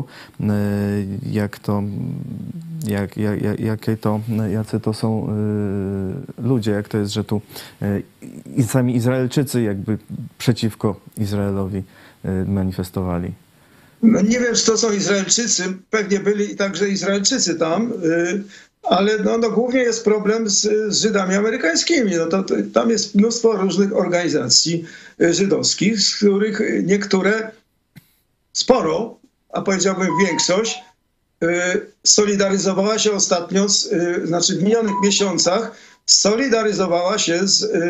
Jacy to są ludzie? Jak to jest, że tu sami Izraelczycy jakby przeciwko Izraelowi manifestowali? No nie wiem, czy to są Izraelczycy, pewnie byli także Izraelczycy tam, ale głównie jest problem z Żydami amerykańskimi. Tam jest mnóstwo różnych organizacji żydowskich, z których niektóre, sporo, a powiedziałbym większość, solidaryzowała się ostatnio, w minionych miesiącach solidaryzowała się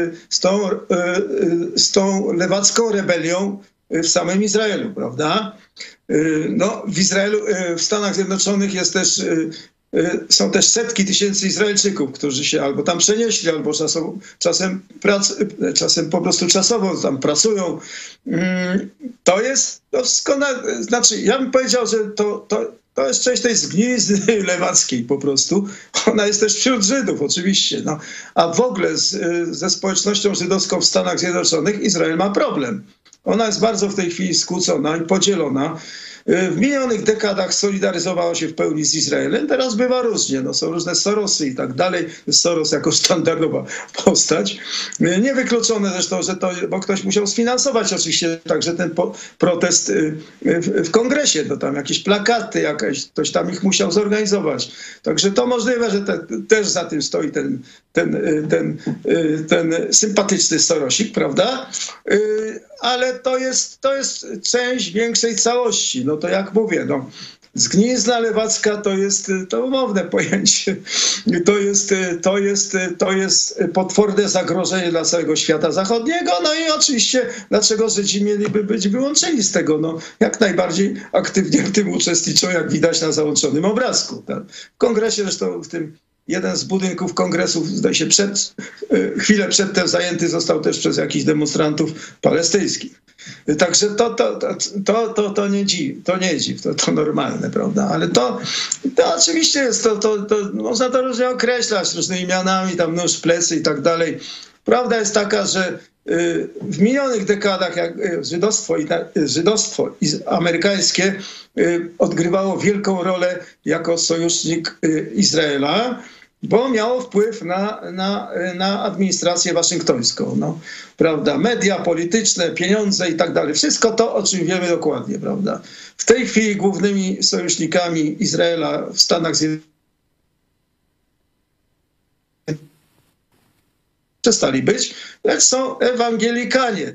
z tą lewacką rebelią w samym Izraelu, prawda? W Izraelu, w Stanach Zjednoczonych są też setki tysięcy Izraelczyków, którzy się albo tam przenieśli, albo czasem po prostu czasowo tam pracują. To jest doskonale, ja bym powiedział, że to jest część tej zgnilizny lewackiej po prostu. Ona jest też wśród Żydów oczywiście. A w ogóle ze społecznością żydowską w Stanach Zjednoczonych Izrael ma problem. Ona jest bardzo w tej chwili skłócona i podzielona. W minionych dekadach solidaryzowała się w pełni z Izraelem. Teraz bywa różnie. Są różne Sorosy i tak dalej. Soros jako sztandarowa postać. Niewykluczone zresztą, bo ktoś musiał sfinansować oczywiście także ten protest w kongresie. Tam jakieś plakaty, ktoś tam ich musiał zorganizować. Także to możliwe, że też za tym stoi ten sympatyczny Sorosik, prawda? Ale to jest część większej całości. To jak mówię, zgnilizna lewacka to umowne pojęcie. To jest potworne zagrożenie dla całego świata zachodniego. I oczywiście, dlaczego Żydzi mieliby być wyłączeni z tego? Jak najbardziej aktywnie w tym uczestniczą, jak widać na załączonym obrazku. Tak? W kongresie zresztą jeden z budynków kongresów, zdaje się, chwilę przedtem zajęty został też przez jakichś demonstrantów palestyńskich. Także to nie dziwi, to normalne, prawda? Ale to oczywiście jest, można to różnie określać, różnymi mianami, tam nóż, plecy i tak dalej. Prawda jest taka, że w minionych dekadach jak żydostwo amerykańskie odgrywało wielką rolę jako sojusznik Izraela, bo miało wpływ na administrację waszyngtońską. Prawda? Media polityczne, pieniądze i tak dalej. Wszystko to, o czym wiemy dokładnie. Prawda? W tej chwili głównymi sojusznikami Izraela w Stanach Zjednoczonych przestali być, lecz są ewangelikanie.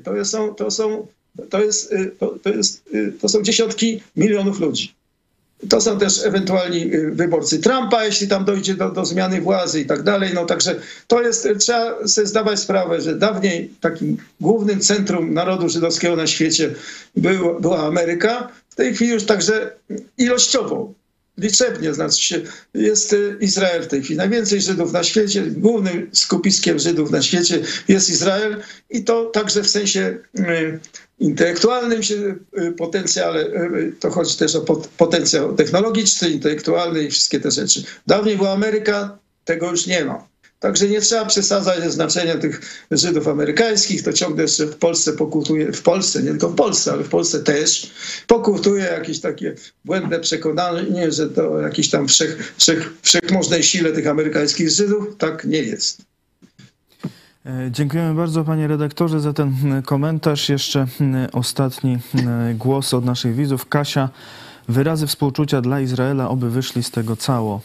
To są dziesiątki milionów ludzi. To są też ewentualni wyborcy Trumpa, jeśli tam dojdzie do zmiany władzy i tak dalej. Także trzeba sobie zdawać sprawę, że dawniej takim głównym centrum narodu żydowskiego na świecie była Ameryka. W tej chwili już także ilościowo, liczebnie, jest Izrael w tej chwili. Najwięcej Żydów na świecie, głównym skupiskiem Żydów na świecie jest Izrael i to także w sensie intelektualnym potencjale, to chodzi też o potencjał technologiczny, intelektualny i wszystkie te rzeczy. Dawniej była Ameryka, tego już nie ma. Także nie trzeba przesadzać ze znaczeniem tych Żydów amerykańskich. To ciągle jeszcze w Polsce pokutuje, nie tylko w Polsce, ale w Polsce też pokutuje jakieś takie błędne przekonanie, że to o jakiejś tam wszechmożnej sile tych amerykańskich Żydów. Tak nie jest. Dziękujemy bardzo, panie redaktorze, za ten komentarz. Jeszcze ostatni głos od naszych widzów. Kasia, wyrazy współczucia dla Izraela, oby wyszli z tego cało.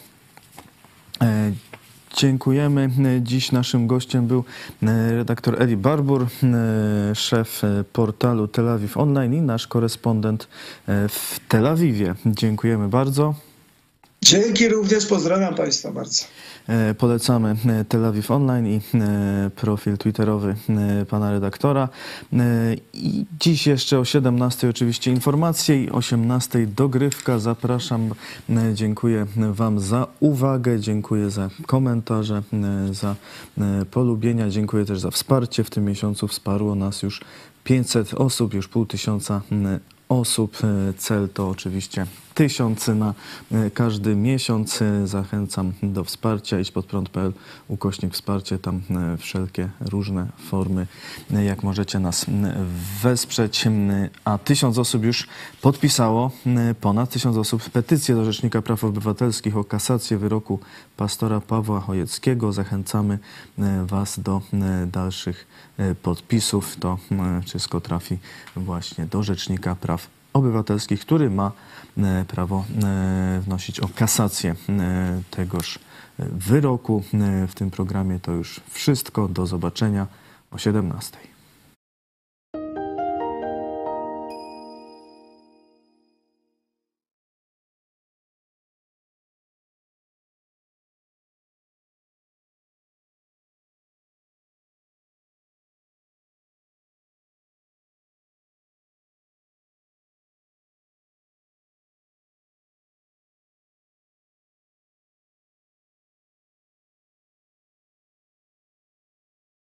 Dziękujemy. Dziś naszym gościem był redaktor Eli Barbur, szef portalu Tel Awiw Online i nasz korespondent w Tel Awiwie. Dziękujemy bardzo. Dzięki również, pozdrawiam Państwa bardzo. Polecamy Tel Awiw Online i profil twitterowy pana redaktora. I dziś jeszcze o 17:00 oczywiście informacje i 18:00 dogrywka. Zapraszam. Dziękuję wam za uwagę, dziękuję za komentarze, za polubienia, dziękuję też za wsparcie. W tym miesiącu wsparło nas już 500 osób, już 500 osób. Cel to oczywiście 1000 na każdy miesiąc. Zachęcam do wsparcia. idźpodprąd.pl/wsparcie. Tam wszelkie różne formy, jak możecie nas wesprzeć. A 1000 osób już podpisało, ponad 1000 osób, petycję do Rzecznika Praw Obywatelskich o kasację wyroku pastora Pawła Chojeckiego. Zachęcamy was do dalszych podpisów. To wszystko trafi właśnie do Rzecznika Praw Obywatelskich, który ma prawo wnosić o kasację tegoż wyroku. W tym programie to już wszystko. Do zobaczenia o 17:00.